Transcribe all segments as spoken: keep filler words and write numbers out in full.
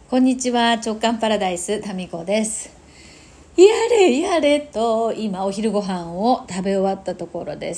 こんにちは、直感パラダイスタミコです。やれやれと今お昼ご飯を食べ終わったところです。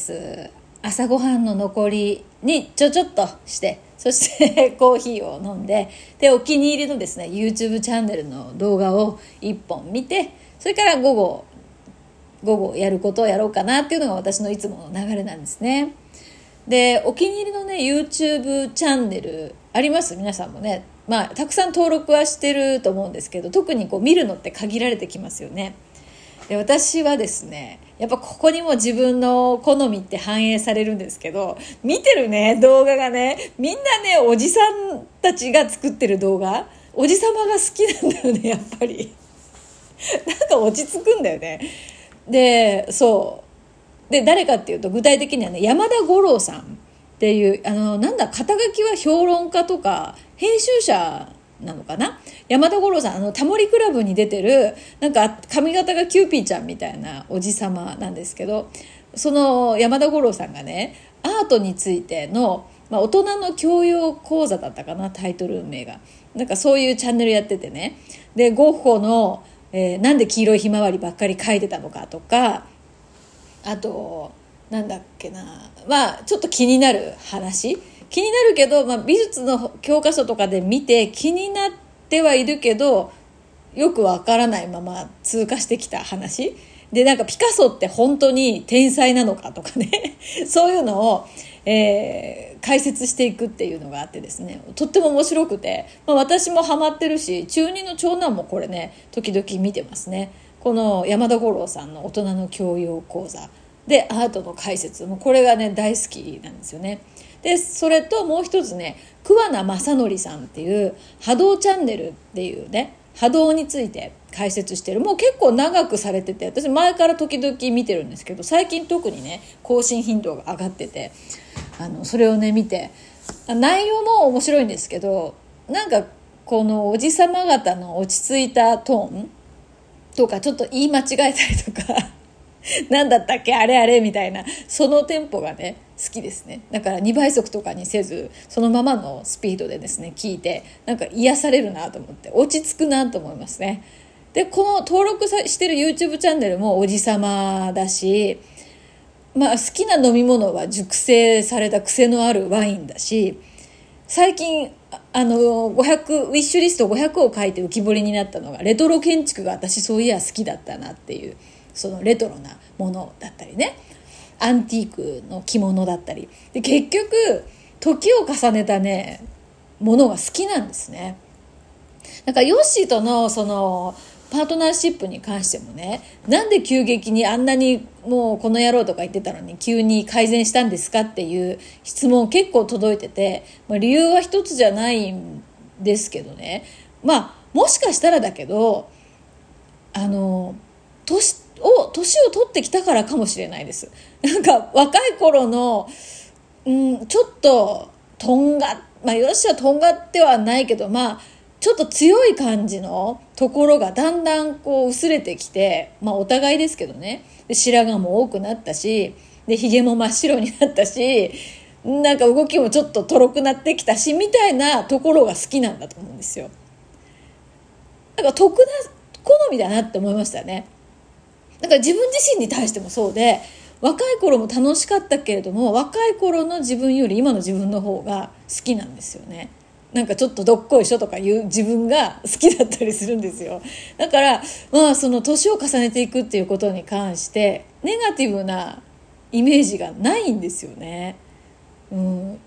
朝ごはんの残りにちょちょっとして、そしてコーヒーを飲んで、でお気に入りのですね YouTube チャンネルの動画をいっぽん見て、それから午後午後やることをやろうかなっていうのが私のいつもの流れなんですね。でお気に入りのね YouTube チャンネルあります？皆さんもね、まあたくさん登録はしてると思うんですけど、特にこう見るのって限られてきますよね。で私はですね、やっぱここにも自分の好みって反映されるんですけど、見てるね動画がね、みんなねおじさんたちが作ってる動画、おじさまが好きなんだよね。やっぱりなんか落ち着くんだよね。でそうで誰かっていうと、具体的にはね山田五郎さんっていう、あのなんだ肩書きは評論家とか編集者なのかな。山田五郎さん、あのタモリクラブに出てるなんか髪型がキューピーちゃんみたいなおじさまなんですけど、その山田五郎さんがねアートについての、まあ、大人の教養講座だったかな、タイトル名が。なんかそういうチャンネルやっててね、でゴッホの、えー、なんで黄色いひまわりばっかり描いてたのかとか、あとなんだっけな、まあちょっと気になる話、気になるけど、まあ、美術の教科書とかで見て気になってはいるけど、よくわからないまま通過してきた話で、なんかピカソって本当に天才なのかとかねそういうのを、えー、解説していくっていうのがあってですね、とっても面白くて、まあ、私もハマってるし、中二の長男もこれね時々見てますね。この山田五郎さんの大人の教養講座でアートの解説も、これがね大好きなんですよね。でそれともう一つね、桑名正則さんっていう波動チャンネルっていうね、波動について解説してる、もう結構長くされてて、私前から時々見てるんですけど、最近特にね更新頻度が上がってて、あのそれをね見て、内容も面白いんですけど、なんかこのおじさま方の落ち着いたトーンとか、ちょっと言い間違えたりとかなんだったっけあれあれみたいな、そのテンポがね好きですね。だからにばい速とかにせず、そのままのスピードでですね聞いて、なんか癒されるなと思って、落ち着くなと思いますね。でこの登録してる YouTube チャンネルもおじさまだし、まあ好きな飲み物は熟成された癖のあるワインだし、最近あのごひゃくウィッシュリストごひゃくを書いて浮き彫りになったのが、レトロ建築が私そういや好きだったなっていう、そのレトロなものだったりね、アンティークの着物だったりで、結局時を重ねたねものが好きなんですね。なんかヨッシーとのそのパートナーシップに関してもね、なんで急激にあんなにもうこの野郎とか言ってたのに急に改善したんですかっていう質問結構届いてて、まあ、理由は一つじゃないんですけどね、まあもしかしたらだけど、あの年を年を取ってきたからかもしれないです。なんか若い頃の、うん、ちょっととんがまあよろしはとんがってはないけど、まあちょっと強い感じのところがだんだんこう薄れてきて、まあお互いですけどね、で白髪も多くなったし、でひげも真っ白になったし、なんか動きもちょっととろくなってきたしみたいなところが好きなんだと思うんですよ。なんか得な好みだなって思いましたね。だから自分自身に対してもそうで、若い頃も楽しかったけれども、若い頃の自分より今の自分の方が好きなんですよね。なんかちょっとどっこいしょとかいう自分が好きだったりするんですよ。だからまあその年を重ねていくっていうことに関してネガティブなイメージがないんですよね。うん、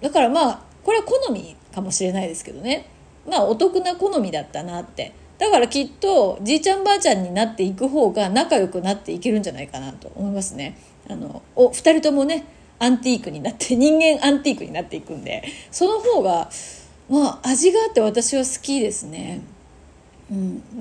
だからまあこれは好みかもしれないですけどね、まあお得な好みだったなって。だからきっとじいちゃんばあちゃんになっていく方が仲良くなっていけるんじゃないかなと思いますね。あのお二人ともねアンティークになって、人間アンティークになっていくんで、その方がまあ味があって私は好きですね。うん、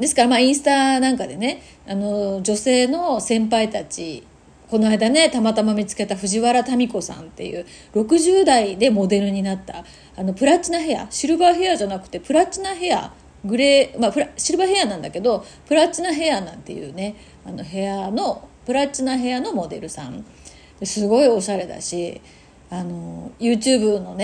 ですからまあインスタなんかでね、あの女性の先輩たち、この間ねたまたま見つけた藤原民子さんっていうろくじゅう代でモデルになった、あのプラチナヘア、シルバーヘアじゃなくてプラチナヘア、グレー、まあ、プラシルバーヘアなんだけどプラチナヘアなんていうね、あのヘアのプラチナヘアのモデルさんですごいおしゃれだし、あの YouTube のね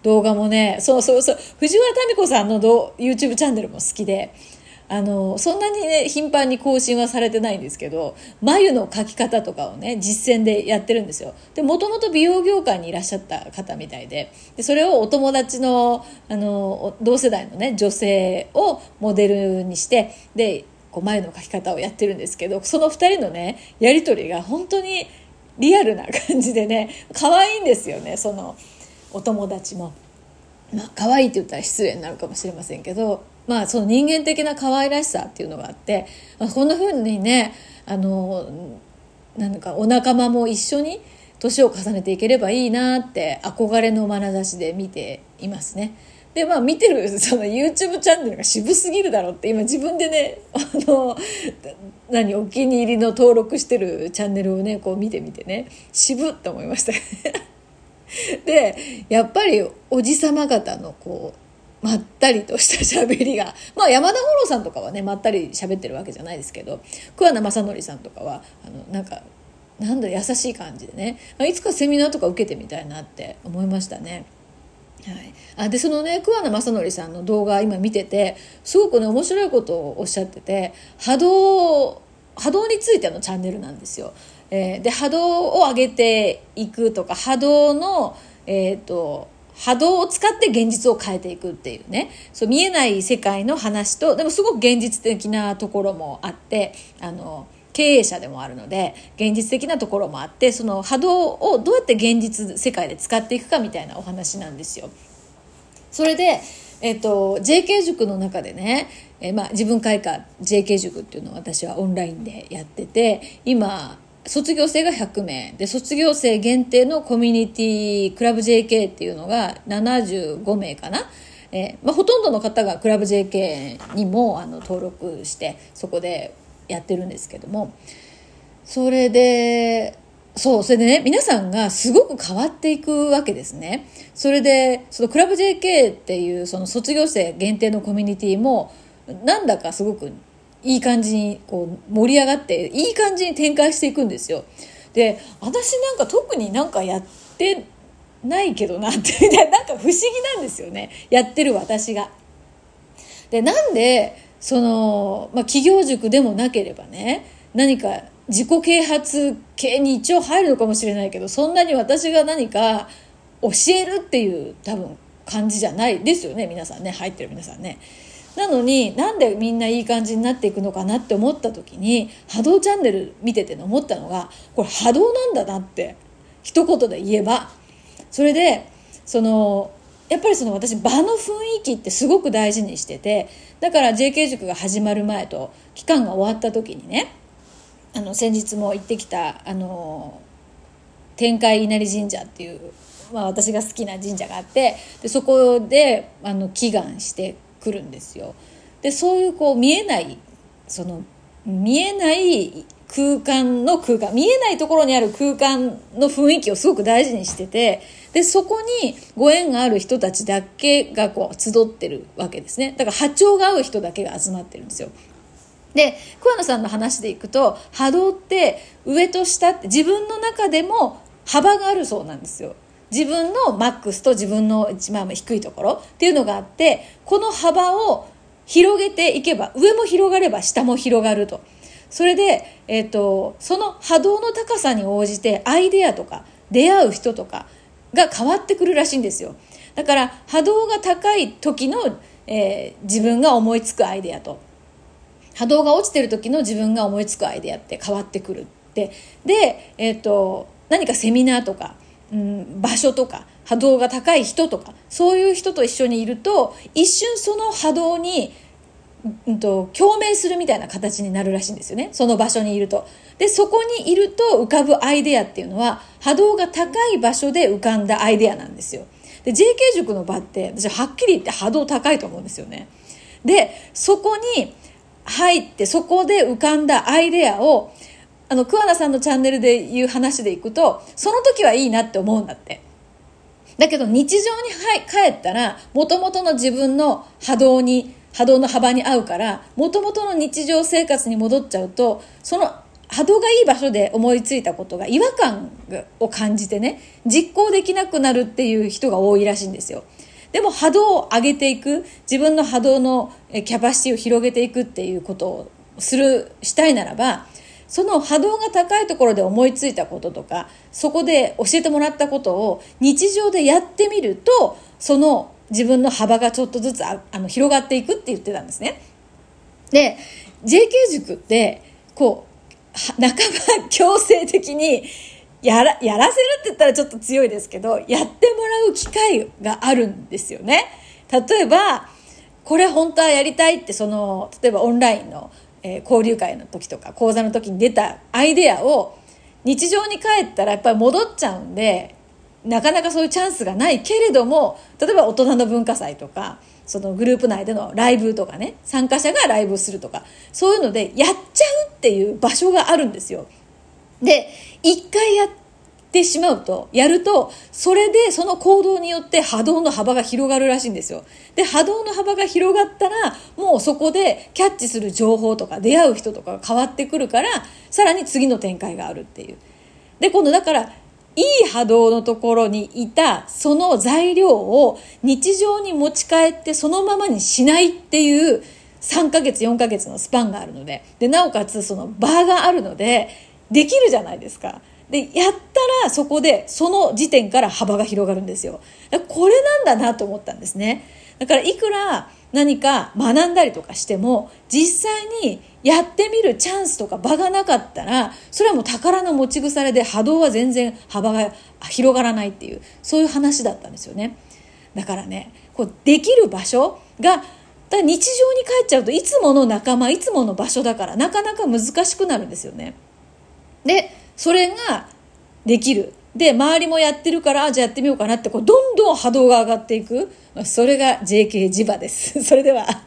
動画もね、そうそうそう、藤原民子さんの YouTube チャンネルも好きで、あのそんなにね頻繁に更新はされてないんですけど、眉の描き方とかをね実践でやってるんですよ。で、もともと美容業界にいらっしゃった方みたいで、でそれをお友達のあの同世代のね女性をモデルにして、でこう眉の描き方をやってるんですけど、そのふたりのねやり取りが本当にリアルな感じでね可愛いんですよね。そのお友達も、まあ可愛いって言ったら失礼になるかもしれませんけど、まあその人間的な可愛らしさっていうのがあって、まあ、こんな風にね、あのなんかお仲間も一緒に年を重ねていければいいなって憧れの眼差しで見ていますね。で、まあ見てるその YouTube チャンネルが渋すぎるだろうって今自分でね、あの何お気に入りの登録してるチャンネルをねこう見てみてね、渋って思いましたで、やっぱりおじさま方のこうまったりとした喋りが、まあ山田五郎さんとかはねまったり喋ってるわけじゃないですけど、桑名正則さんとかはあのなんかなんだ優しい感じでね、いつかセミナーとか受けてみたいなって思いましたね。はい、あでそのね桑名正則さんの動画今見ててすごくね面白いことをおっしゃってて、波動波動についてのチャンネルなんですよ。えー、で波動を上げていくとか、波動のえっ、ー、と波動を使って現実を変えていくっていうね、そう見えない世界の話と、でもすごく現実的なところもあって、あの経営者でもあるので現実的なところもあって、その波動をどうやって現実世界で使っていくかみたいなお話なんですよ。それで、えっと、ジェーケー 塾の中でね、えーまあ、自分開花 ジェーケー 塾っていうのを私はオンラインでやってて、今卒業生がひゃくめいで、卒業生限定のコミュニティクラブ ジェーケー っていうのがななじゅうごめいかな。えーまあ、ほとんどの方がクラブ ジェーケー にもあの登録してそこでやってるんですけども、それでそうそれでね皆さんがすごく変わっていくわけですね。それでそのクラブ ジェーケー っていうその卒業生限定のコミュニティもなんだかすごくいい感じにこう盛り上がっていい感じに展開していくんですよ。で、私なんか特になんかやってないけどなってなんか不思議なんですよね、やってる私が。で、なんでその、まあ、企業塾でもなければね、何か自己啓発系に一応入るのかもしれないけど、そんなに私が何か教えるっていう多分感じじゃないですよね、皆さんね、入ってる皆さんね。なのになんでみんないい感じになっていくのかなって思った時に、波動チャンネル見てて思ったのが、これ波動なんだなって一言で言えば。それでそのやっぱりその私場の雰囲気ってすごく大事にしてて、だから ジェーケー 塾が始まる前と期間が終わった時にね、あの先日も行ってきたあの天海稲荷神社っていう、まあ、私が好きな神社があって、でそこであの祈願してくるんですよ。でそういうこう見えないその見えない空間の空間見えないところにある空間の雰囲気をすごく大事にしてて、でそこにご縁がある人たちだけがこう集ってるわけですね。だから波長が合う人だけが集まってるんですよ。で桑野さんの話でいくと、波動って上と下って自分の中でも幅があるそうなんですよ。自分のマックスと自分の一番低いところっていうのがあって、この幅を広げていけば上も広がれば下も広がると。それで、えーと、その波動の高さに応じてアイデアとか出会う人とかが変わってくるらしいんですよ。だから波動が高い時の、えー、自分が思いつくアイデアと、波動が落ちてる時の自分が思いつくアイデアって変わってくるって。で、えーと、何かセミナーとか、うん、場所とか波動が高い人とかそういう人と一緒にいると、一瞬その波動に、うん、と共鳴するみたいな形になるらしいんですよね、その場所にいると。でそこにいると浮かぶアイデアっていうのは波動が高い場所で浮かんだアイデアなんですよ。で ジェーケー 塾の場って私はっきり言って波動高いと思うんですよね。でそこに入ってそこで浮かんだアイデアをあの桑名さんのチャンネルで言う話でいくと、その時はいいなって思うんだって。だけど日常に帰ったら元々の自分の波動に波動の幅に合うから、元々の日常生活に戻っちゃうと、その波動がいい場所で思いついたことが違和感を感じてね、実行できなくなるっていう人が多いらしいんですよ。 でも波動を上げていく、自分の波動のキャパシティを広げていくっていうことをするしたいならば、その波動が高いところで思いついたこととか、そこで教えてもらったことを日常でやってみると、その自分の幅がちょっとずつああの広がっていくって言ってたんですね。で ジェーケー 塾ってこう半ば強制的にやら、やらせるって言ったらちょっと強いですけど、やってもらう機会があるんですよね。例えばこれ本当はやりたいって、その例えばオンラインの、えー、交流会の時とか講座の時に出たアイデアを日常に帰ったらやっぱり戻っちゃうんで、なかなかそういうチャンスがないけれども、例えば大人の文化祭とか、そのグループ内でのライブとかね、参加者がライブするとか、そういうのでやっちゃうっていう場所があるんですよ。で、一回やってしまうと、やると、それでその行動によって波動の幅が広がるらしいんですよ。で、波動の幅が広がったら、もうそこでキャッチする情報とか出会う人とかが変わってくるから、さらに次の展開があるっていう。で、今度だから、いい波動のところにいたその材料を日常に持ち帰ってそのままにしないっていうさんかげつよんかげつのスパンがあるので、でなおかつその場があるのでできるじゃないですか。でやったらそこでその時点から幅が広がるんですよ。だからこれなんだなと思ったんですね。だからいくら何か学んだりとかしても、実際にやってみるチャンスとか場がなかったら、それはもう宝の持ち腐れで波動は全然幅が広がらないっていう、そういう話だったんですよね。だからね、こうできる場所が、だから日常に帰っちゃうといつもの仲間、いつもの場所だからなかなか難しくなるんですよね。で、それができる。で、周りもやってるから、じゃあやってみようかなって、こうどんどん波動が上がっていく。それが ジェーケー 磁場です。それでは。